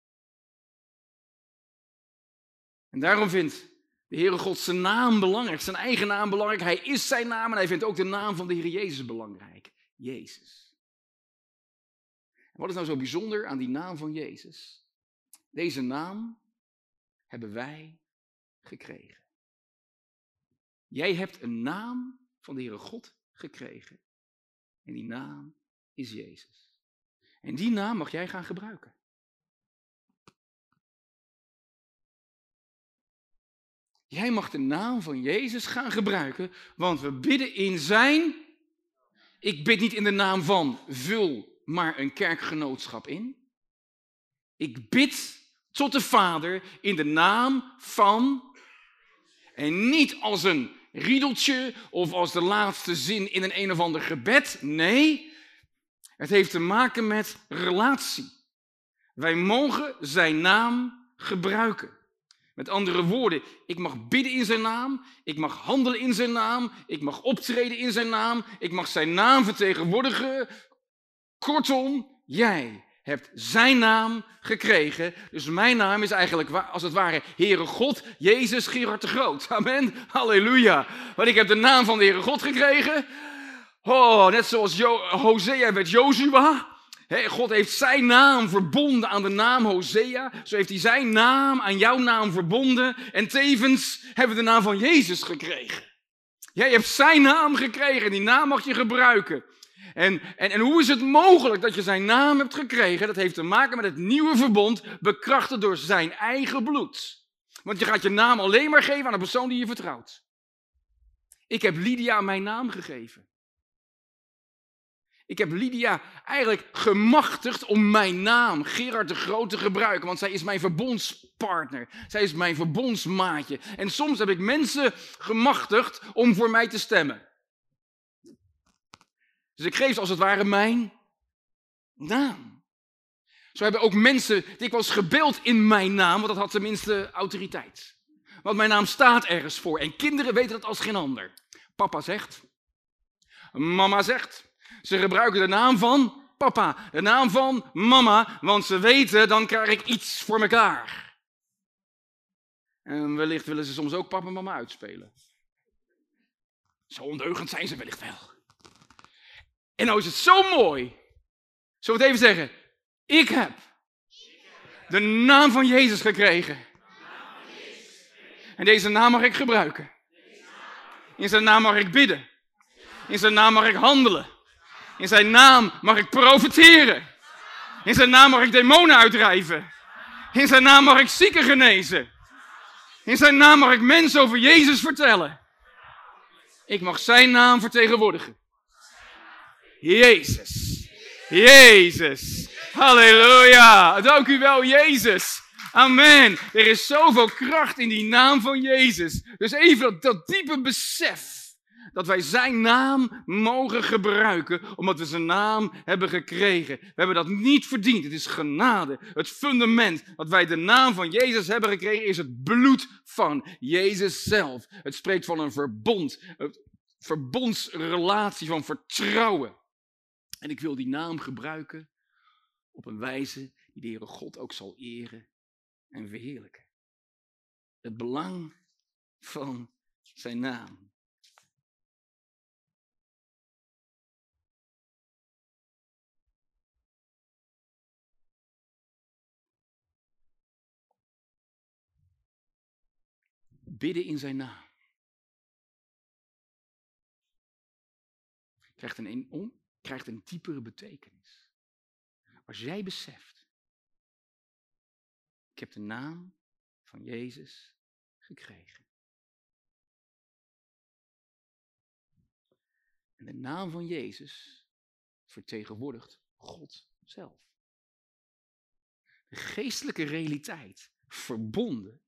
En daarom vindt de Heere God zijn naam belangrijk, zijn eigen naam belangrijk. Hij is zijn naam en hij vindt ook de naam van de Heer Jezus belangrijk. Jezus. En wat is nou zo bijzonder aan die naam van Jezus? Deze naam hebben wij gekregen. Jij hebt een naam van de Heere God gekregen. En die naam is Jezus. En die naam mag jij gaan gebruiken. Jij mag de naam van Jezus gaan gebruiken, want we bidden in zijn... Ik bid niet in de naam van, vul maar een kerkgenootschap in. Ik bid tot de Vader in de naam van... En niet als een riedeltje of als de laatste zin in een een of ander gebed. Nee, het heeft te maken met relatie. Wij mogen zijn naam gebruiken. Met andere woorden, ik mag bidden in zijn naam, ik mag handelen in zijn naam, ik mag optreden in zijn naam, ik mag zijn naam vertegenwoordigen. Kortom, jij hebt zijn naam gekregen. Dus mijn naam is eigenlijk als het ware Heere God, Jezus, Gerard de Groot. Amen, halleluja. Want ik heb de naam van de Heere God gekregen. Oh, net zoals jo- Hosea werd Jozua. He, God heeft zijn naam verbonden aan de naam Hosea. Zo heeft hij zijn naam aan jouw naam verbonden. En tevens hebben we de naam van Jezus gekregen. Jij hebt zijn naam gekregen en die naam mag je gebruiken. En, en, en hoe is het mogelijk dat je zijn naam hebt gekregen? Dat heeft te maken met het nieuwe verbond, bekrachtigd door zijn eigen bloed. Want je gaat je naam alleen maar geven aan de persoon die je vertrouwt. Ik heb Lydia mijn naam gegeven. Ik heb Lydia eigenlijk gemachtigd om mijn naam, Gerard de Groot, te gebruiken. Want zij is mijn verbondspartner. Zij is mijn verbondsmaatje. En soms heb ik mensen gemachtigd om voor mij te stemmen. Dus ik geef ze als het ware mijn naam. Zo hebben ook mensen dikwijls gebeeld in mijn naam, want dat had tenminste autoriteit. Want mijn naam staat ergens voor. En kinderen weten dat als geen ander. Papa zegt, mama zegt. Ze gebruiken de naam van papa, de naam van mama, want ze weten, dan krijg ik iets voor elkaar. En wellicht willen ze soms ook papa en mama uitspelen. Zo ondeugend zijn ze wellicht wel. En nou is het zo mooi. Zullen we het even zeggen? Ik heb de naam van Jezus gekregen. En deze naam mag ik gebruiken. In zijn naam mag ik bidden. In zijn naam mag ik handelen. In zijn naam mag ik profiteren. In zijn naam mag ik demonen uitdrijven. In zijn naam mag ik zieken genezen. In zijn naam mag ik mensen over Jezus vertellen. Ik mag zijn naam vertegenwoordigen. Jezus. Jezus. Halleluja. Dank u wel, Jezus. Amen. Er is zoveel kracht in die naam van Jezus. Dus even dat, dat diepe besef. Dat wij zijn naam mogen gebruiken, omdat we zijn naam hebben gekregen. We hebben dat niet verdiend. Het is genade. Het fundament dat wij de naam van Jezus hebben gekregen, is het bloed van Jezus zelf. Het spreekt van een verbond. Een verbondsrelatie van vertrouwen. En ik wil die naam gebruiken op een wijze die de Heere God ook zal eren en verheerlijken. Het belang van zijn naam. Bidden in zijn naam. Krijgt een, enorm, krijgt een diepere betekenis. Als jij beseft, ik heb de naam van Jezus gekregen. En de naam van Jezus vertegenwoordigt God zelf. De geestelijke realiteit verbonden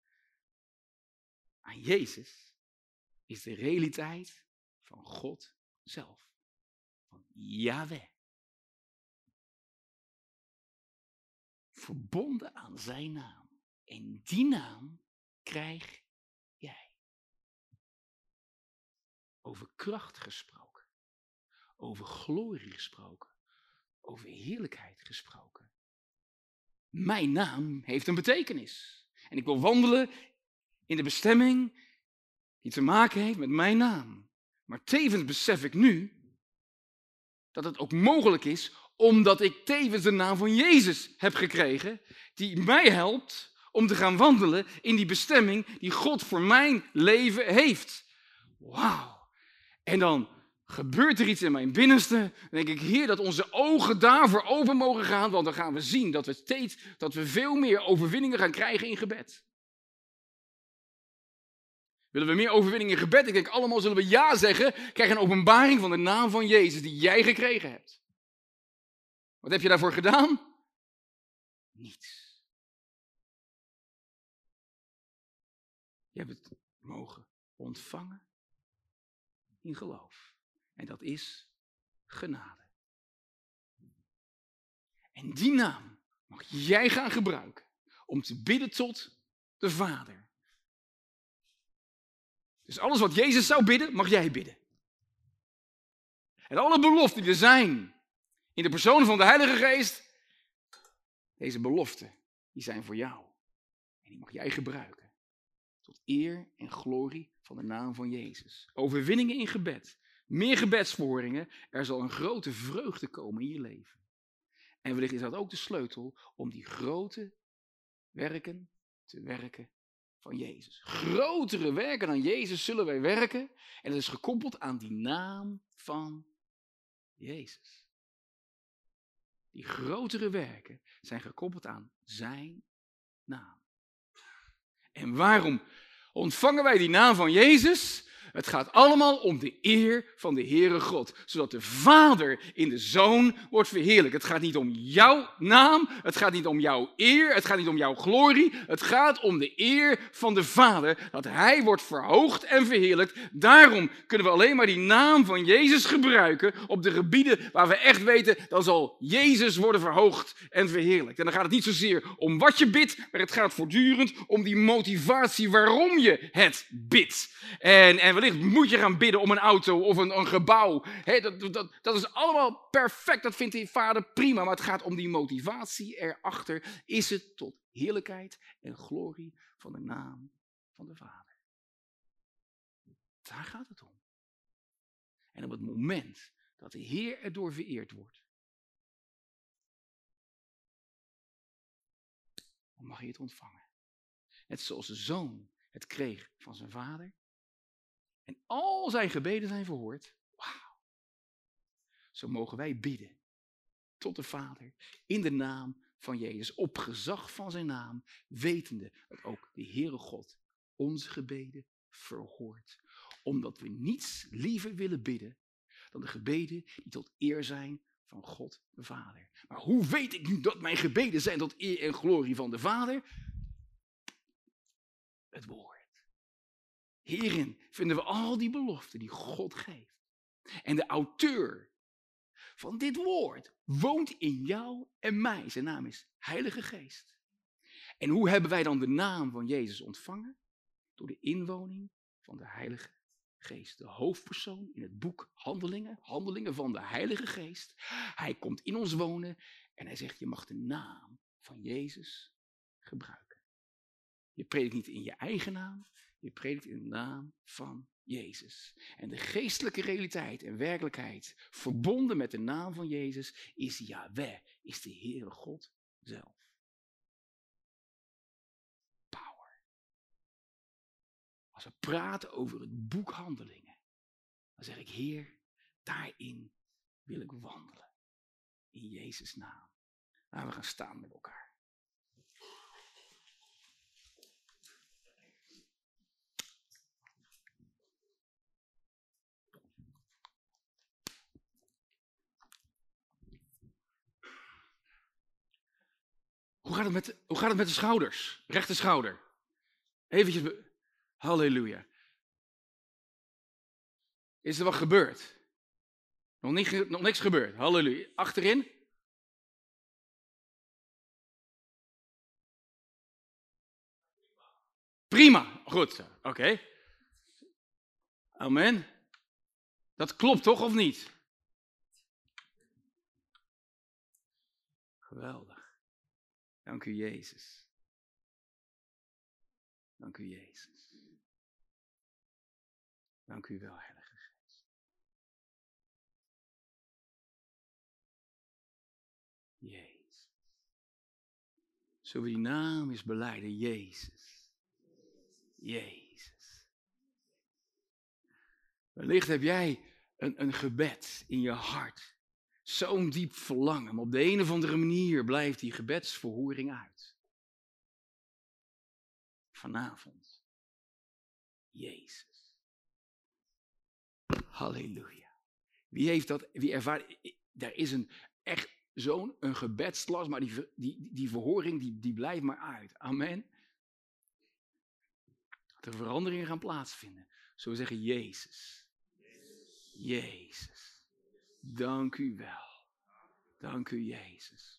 aan Jezus is de realiteit van God zelf. Van Yahweh. Verbonden aan zijn naam. En die naam krijg jij. Over kracht gesproken. Over glorie gesproken. Over heerlijkheid gesproken. Mijn naam heeft een betekenis. En ik wil wandelen in de bestemming die te maken heeft met mijn naam. Maar tevens besef ik nu dat het ook mogelijk is, omdat ik tevens de naam van Jezus heb gekregen, die mij helpt om te gaan wandelen in die bestemming die God voor mijn leven heeft. Wauw. En dan gebeurt er iets in mijn binnenste. Dan denk ik, Heer, dat onze ogen daarvoor open mogen gaan, want dan gaan we zien dat we steeds, dat we veel meer overwinningen gaan krijgen in gebed. Willen we meer overwinning in gebed? Ik denk allemaal zullen we ja zeggen. Krijg een openbaring van de naam van Jezus die jij gekregen hebt. Wat heb je daarvoor gedaan? Niets. Je hebt het mogen ontvangen in geloof. En dat is genade. En die naam mag jij gaan gebruiken om te bidden tot de Vader. Dus alles wat Jezus zou bidden, mag jij bidden. En alle beloften die er zijn in de persoon van de Heilige Geest, deze beloften, die zijn voor jou. En die mag jij gebruiken. Tot eer en glorie van de naam van Jezus. Overwinningen in gebed. Meer gebedsverhoringen. Er zal een grote vreugde komen in je leven. En wellicht is dat ook de sleutel om die grote werken te werken van Jezus. Grotere werken dan Jezus zullen wij werken. En dat is gekoppeld aan die naam van Jezus. Die grotere werken zijn gekoppeld aan zijn naam. En waarom ontvangen wij die naam van Jezus? Het gaat allemaal om de eer van de Heere God. Zodat de Vader in de Zoon wordt verheerlijkt. Het gaat niet om jouw naam. Het gaat niet om jouw eer. Het gaat niet om jouw glorie. Het gaat om de eer van de Vader. Dat Hij wordt verhoogd en verheerlijkt. Daarom kunnen we alleen maar die naam van Jezus gebruiken. Op de gebieden waar we echt weten, dan zal Jezus worden verhoogd en verheerlijkt. En dan gaat het niet zozeer om wat je bidt. Maar het gaat voortdurend om die motivatie waarom je het bidt. En, en En wellicht moet je gaan bidden om een auto of een, een gebouw. He, dat, dat, dat is allemaal perfect, dat vindt die vader prima. Maar het gaat om die motivatie erachter. Is het tot heerlijkheid en glorie van de naam van de Vader? Daar gaat het om. En op het moment dat de Heer erdoor vereerd wordt, dan mag je het ontvangen. Net zoals de zoon het kreeg van zijn vader. En al zijn gebeden zijn verhoord. Wauw. Zo mogen wij bidden tot de Vader in de naam van Jezus. Op gezag van zijn naam. Wetende dat ook de Heere God onze gebeden verhoort. Omdat we niets liever willen bidden dan de gebeden die tot eer zijn van God de Vader. Maar hoe weet ik nu dat mijn gebeden zijn tot eer en glorie van de Vader? Het woord. Hierin vinden we al die beloften die God geeft. En de auteur van dit woord woont in jou en mij. Zijn naam is Heilige Geest. En hoe hebben wij dan de naam van Jezus ontvangen? Door de inwoning van de Heilige Geest. De hoofdpersoon in het boek Handelingen. Handelingen van de Heilige Geest. Hij komt in ons wonen en hij zegt, je mag de naam van Jezus gebruiken. Je predikt niet in je eigen naam. Je predikt in de naam van Jezus. En de geestelijke realiteit en werkelijkheid verbonden met de naam van Jezus is Yahweh, is de Heere God zelf. Power. Als we praten over het boek Handelingen, dan zeg ik, Heer, daarin wil ik wandelen. In Jezus' naam. Laten we gaan staan met elkaar. Hoe gaat het met, hoe gaat het met de schouders? Rechte schouder. Eventjes. Be- Halleluja. Is er wat gebeurd? Nog, niet, nog niks gebeurd. Halleluja. Achterin. Prima. Goed. Oké. Okay. Amen. Dat klopt toch of niet? Geweldig. Dank u, Jezus. Dank u, Jezus. Dank u wel, Heilige Geest. Jezus. Zullen we die naam eens belijden? Jezus. Jezus. Wellicht heb jij een, een gebed in je hart. Zo'n diep verlangen, maar op de een of andere manier blijft die gebedsverhoring uit. Vanavond. Jezus. Halleluja. Wie heeft dat, wie ervaart, er is een echt zo'n een gebedslast, maar die, die, die verhoring die, die blijft maar uit. Amen. Dat er veranderingen gaan plaatsvinden. Zullen we zeggen, Jezus. Jezus. Dank u wel. Dank u, Jezus.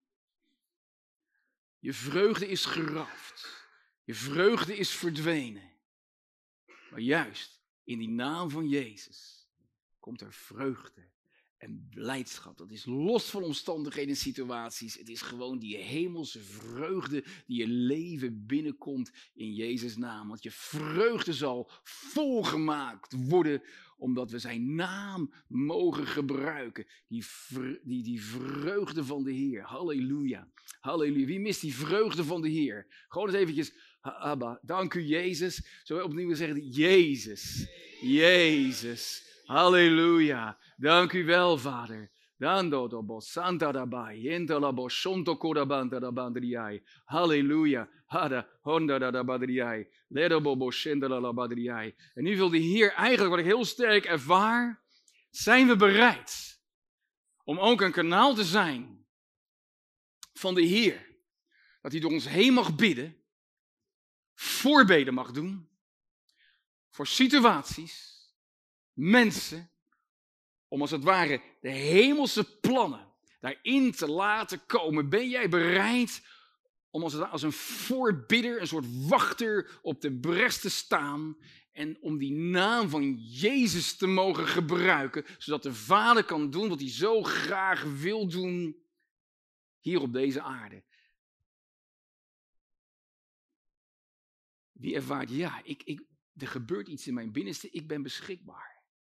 Je vreugde is geraft. Je vreugde is verdwenen. Maar juist in die naam van Jezus komt er vreugde en blijdschap. Dat is los van omstandigheden en situaties. Het is gewoon die hemelse vreugde die je leven binnenkomt in Jezus' naam. Want je vreugde zal volgemaakt worden omdat we zijn naam mogen gebruiken. Die, vre- die, die vreugde van de Heer. Halleluja. Halleluja. Wie mist die vreugde van de Heer? Gewoon eens eventjes. Abba, dank u Jezus. Zullen we opnieuw zeggen, Jezus. Jezus. Halleluja. Dank u wel, Vader. Dando Santa dabai, entalabo shonto korabanta da bandriai. Halleluja. Hada honda da badriai. Ledobo shendala la badriai. En nu wil de Heer eigenlijk, wat ik heel sterk ervaar, zijn we bereid om ook een kanaal te zijn van de Heer. Dat hij door ons heen mag bidden, voorbeden mag doen, voor situaties, mensen, om als het ware de hemelse plannen daarin te laten komen. Ben jij bereid om als, het, als een voorbidder, een soort wachter op de bres te staan En om die naam van Jezus te mogen gebruiken, zodat de Vader kan doen wat hij zo graag wil doen hier op deze aarde. Wie ervaart, ja, ik, ik, er gebeurt iets in mijn binnenste, ik ben beschikbaar.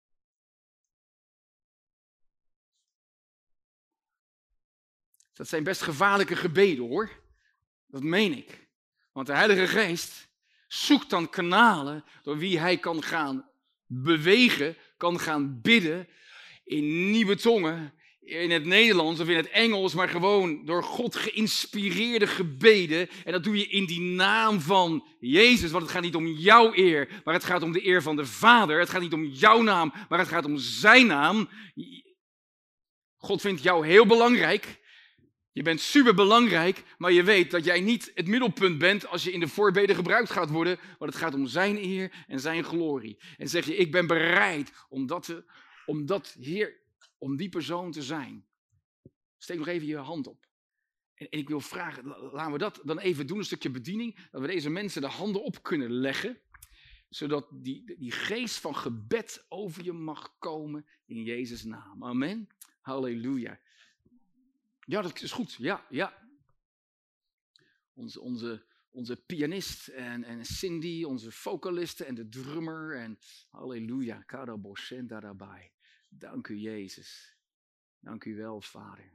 Dat zijn best gevaarlijke gebeden hoor, dat meen ik. Want de Heilige Geest zoekt dan kanalen door wie hij kan gaan bewegen, kan gaan bidden in nieuwe tongen, in het Nederlands of in het Engels, maar gewoon door God geïnspireerde gebeden. En dat doe je in die naam van Jezus, want het gaat niet om jouw eer, maar het gaat om de eer van de Vader. Het gaat niet om jouw naam, maar het gaat om zijn naam. God vindt jou heel belangrijk. Je bent super belangrijk, maar je weet dat jij niet het middelpunt bent als je in de voorbeden gebruikt gaat worden. Want het gaat om zijn eer en zijn glorie. En zeg je, ik ben bereid om dat, te, om dat Heer, om die persoon te zijn. Steek nog even je hand op. En, en ik wil vragen, laten we dat dan even doen, een stukje bediening. Dat we deze mensen de handen op kunnen leggen. Zodat die, die geest van gebed over je mag komen in Jezus' naam. Amen. Halleluja. Ja, dat is goed. Ja, ja. Onze, onze, onze pianist en, en Cindy, onze vocalisten en de drummer. En halleluja. Karabosenda daarbij. Dank u, Jezus. Dank u wel, Vader.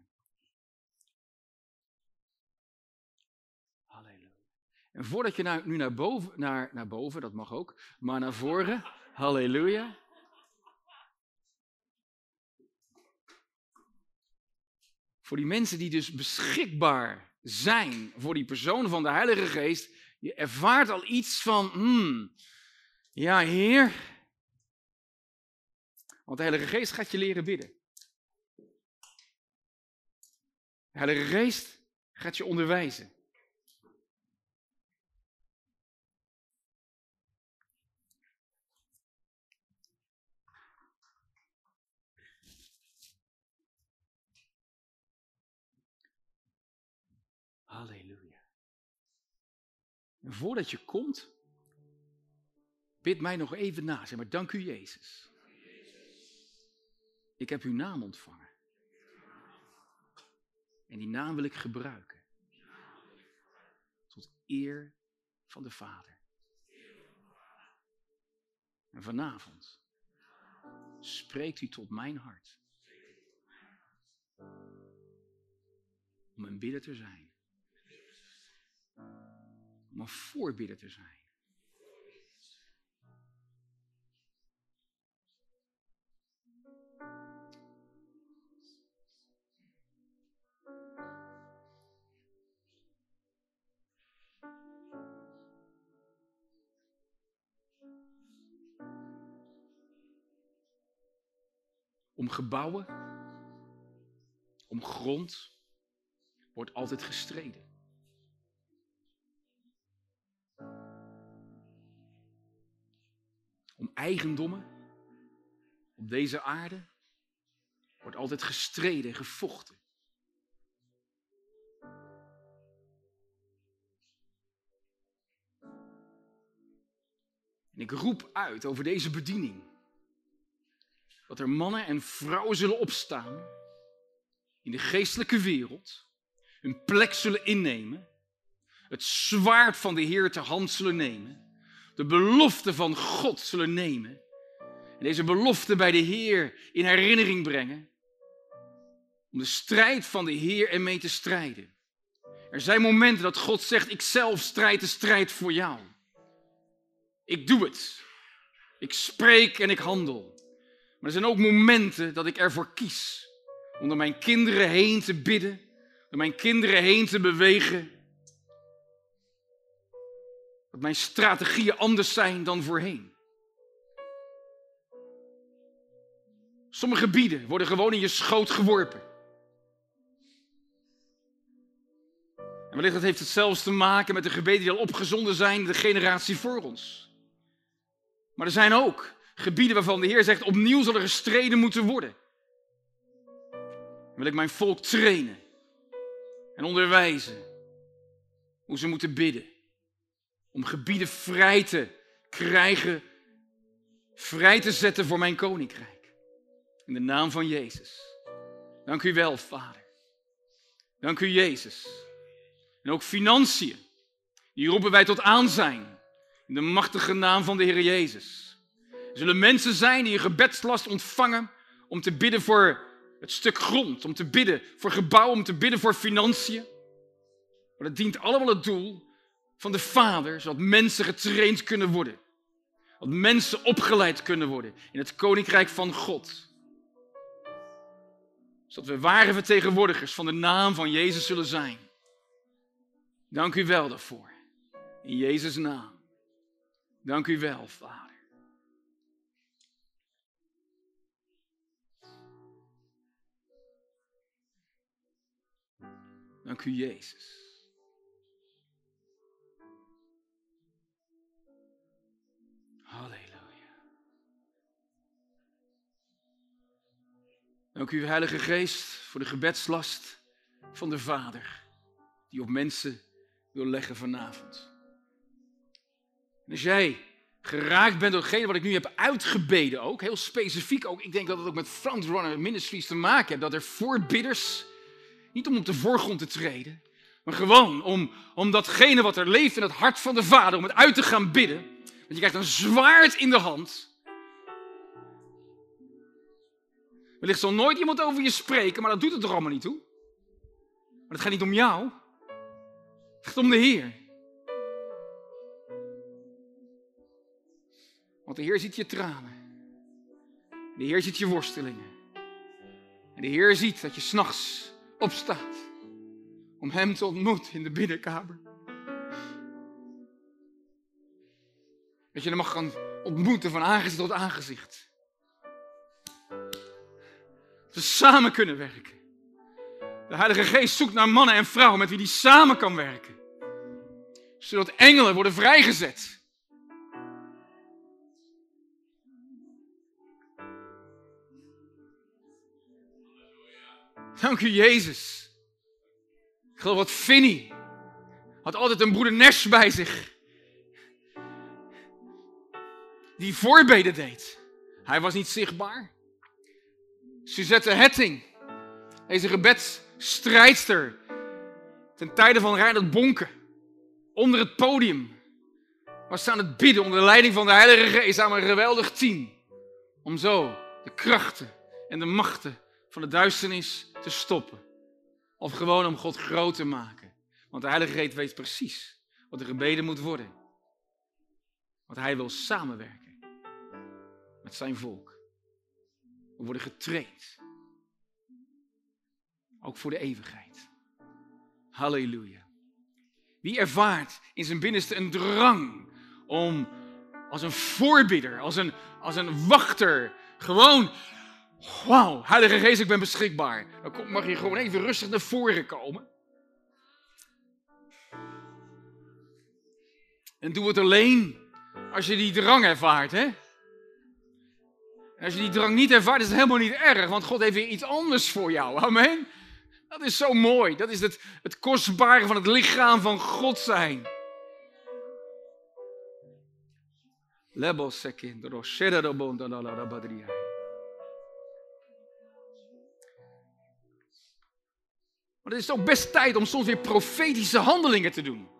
Halleluja. En voordat je nou, nu naar boven, naar, naar boven, dat mag ook, maar naar voren. Halleluja. Voor die mensen die dus beschikbaar zijn voor die persoon van de Heilige Geest, je ervaart al iets van, hmm, ja Heer, want de Heilige Geest gaat je leren bidden. De Heilige Geest gaat je onderwijzen. Halleluja. En voordat je komt, bid mij nog even na. Zeg maar, dank u Jezus. Ik heb uw naam ontvangen. En die naam wil ik gebruiken. Tot eer van de Vader. En vanavond spreekt u tot mijn hart. Om een bidder te zijn. Om een voorbidder te zijn. Om gebouwen, om grond, wordt altijd gestreden. Om eigendommen op deze aarde wordt altijd gestreden, gevochten. En ik roep uit over deze bediening dat er mannen en vrouwen zullen opstaan in de geestelijke wereld, hun plek zullen innemen, het zwaard van de Heer ter hand zullen nemen, de belofte van God zullen nemen en deze belofte bij de Heer in herinnering brengen om de strijd van de Heer ermee te strijden. Er zijn momenten dat God zegt, ik zelf strijd de strijd voor jou. Ik doe het. Ik spreek en ik handel. Maar er zijn ook momenten dat ik ervoor kies om door mijn kinderen heen te bidden, door mijn kinderen heen te bewegen. Dat mijn strategieën anders zijn dan voorheen. Sommige gebieden worden gewoon in je schoot geworpen. En wellicht dat heeft het zelfs te maken met de gebeden die al opgezonden zijn de generatie voor ons. Maar er zijn ook gebieden waarvan de Heer zegt, opnieuw zal er gestreden moeten worden. Dan wil ik mijn volk trainen en onderwijzen hoe ze moeten bidden. Om gebieden vrij te krijgen vrij te zetten voor mijn koninkrijk. In de naam van Jezus. Dank u wel, Vader. Dank u, Jezus. En ook financiën. Die roepen wij tot aanzijn. In de machtige naam van de Heer Jezus. Er zullen mensen zijn die een gebedslast ontvangen om te bidden voor het stuk grond, om te bidden voor gebouwen, om te bidden voor financiën. Maar dat dient allemaal het doel van de Vader, zodat mensen getraind kunnen worden. Dat mensen opgeleid kunnen worden in het Koninkrijk van God. Zodat we ware vertegenwoordigers van de naam van Jezus zullen zijn. Dank u wel daarvoor. In Jezus' naam. Dank u wel, Vader. Dank u, Jezus. Halleluja. Dank u, Heilige Geest, voor de gebedslast van de Vader, die op mensen wil leggen vanavond. En als jij geraakt bent door hetgene wat ik nu heb uitgebeden ook, heel specifiek ook, ik denk dat het ook met Frontrunner Ministries te maken heeft, dat er voorbidders, niet om op de voorgrond te treden, maar gewoon om, om datgene wat er leeft in het hart van de Vader, om het uit te gaan bidden. Want je krijgt een zwaard in de hand. Wellicht zal nooit iemand over je spreken, maar dat doet het er allemaal niet toe. Maar het gaat niet om jou. Het gaat om de Heer. Want de Heer ziet je tranen. De Heer ziet je worstelingen. En de Heer ziet dat je 's nachts opstaat om Hem te ontmoeten in de binnenkamer. Dat je Hem mag gaan ontmoeten van aangezicht tot aangezicht. Dat we samen kunnen werken. De Heilige Geest zoekt naar mannen en vrouwen met wie hij samen kan werken. Zodat engelen worden vrijgezet. Dank u, Jezus. Ik geloof dat Vinnie had altijd een broeder Nash bij zich. Die voorbeden deed. Hij was niet zichtbaar. Suzette Hetting, deze gebedsstrijdster, ten tijde van Reinhard Bonke, onder het podium, was aan het bidden onder de leiding van de Heilige Geest aan een geweldig team. Om zo de krachten en de machten van de duisternis te stoppen. Of gewoon om God groot te maken. Want de Heilige Geest weet precies wat er gebeden moet worden. Want hij wil samenwerken met zijn volk. We worden getraind. Ook voor de eeuwigheid. Halleluja. Wie ervaart in zijn binnenste een drang om als een voorbidder, als een, als een wachter, gewoon, wauw, Heilige Geest, ik ben beschikbaar. Dan mag je gewoon even rustig naar voren komen. En doe het alleen als je die drang ervaart, hè? En als je die drang niet ervaart, is het helemaal niet erg, want God heeft weer iets anders voor jou. Amen. Dat is zo mooi. Dat is het, het kostbare van het lichaam van God zijn. Maar het is ook best tijd om soms weer profetische handelingen te doen.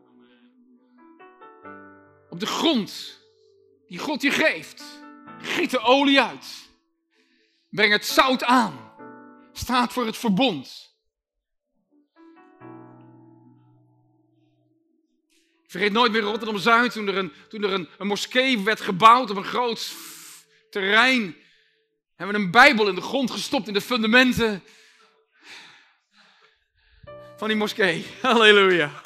Op de grond die God je geeft. Giet de olie uit. Breng het zout aan. Staat voor het verbond. Ik vergeet nooit meer Rotterdam-Zuid toen er, een, toen er een, een moskee werd gebouwd op een groot terrein. Hebben we een Bijbel in de grond gestopt in de fundamenten van die moskee. Halleluja.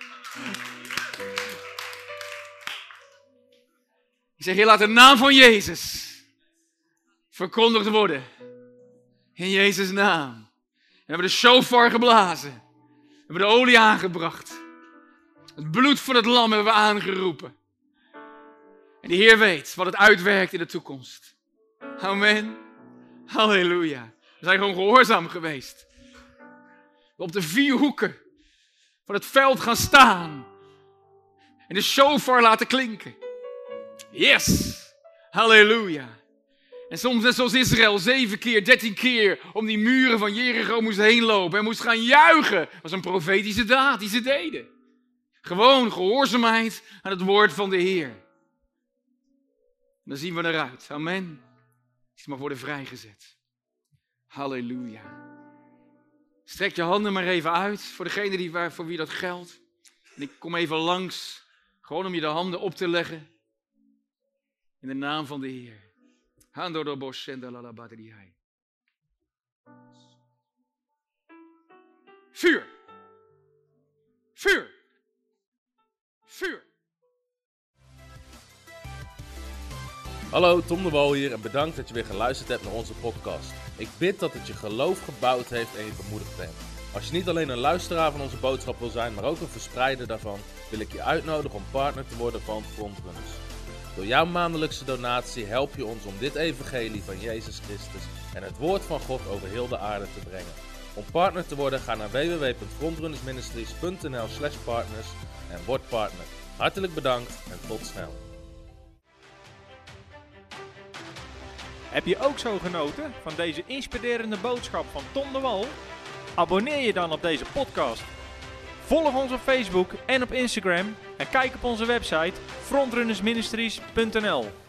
Ik zeg, je laat de naam van Jezus verkondigd worden. In Jezus' naam. We hebben de shofar geblazen. We hebben de olie aangebracht. Het bloed van het lam hebben we aangeroepen. En de Heer weet wat het uitwerkt in de toekomst. Amen. Halleluja. We zijn gewoon gehoorzaam geweest. We op de vier hoeken van het veld gaan staan. En de shofar laten klinken. Yes. Halleluja. En soms net zoals Israël, zeven keer, dertien keer om die muren van Jericho moest heen lopen en moest gaan juichen. Dat was een profetische daad die ze deden. Gewoon gehoorzaamheid aan het woord van de Heer. En dan zien we eruit. Amen. Ze mag worden vrijgezet. Halleluja. Strek je handen maar even uit voor degene die, voor wie dat geldt. En ik kom even langs, gewoon om je de handen op te leggen. In de naam van de Heer. Vuur. Vuur. Vuur. Hallo, Tom de Wal hier en bedankt dat je weer geluisterd hebt naar onze podcast. Ik bid dat het je geloof gebouwd heeft en je bemoedigd bent. Als je niet alleen een luisteraar van onze boodschap wil zijn, maar ook een verspreider daarvan, wil ik je uitnodigen om partner te worden van Frontrunners. Door jouw maandelijkse donatie help je ons om dit evangelie van Jezus Christus en het woord van God over heel de aarde te brengen. Om partner te worden, ga naar w w w punt frontrunnersministries punt n l slash partners en word partner. Hartelijk bedankt en tot snel. Heb je ook zo genoten van deze inspirerende boodschap van Tom de Wal? Abonneer je dan op deze podcast. Volg ons op Facebook en op Instagram en kijk op onze website frontrunnersministries punt n l.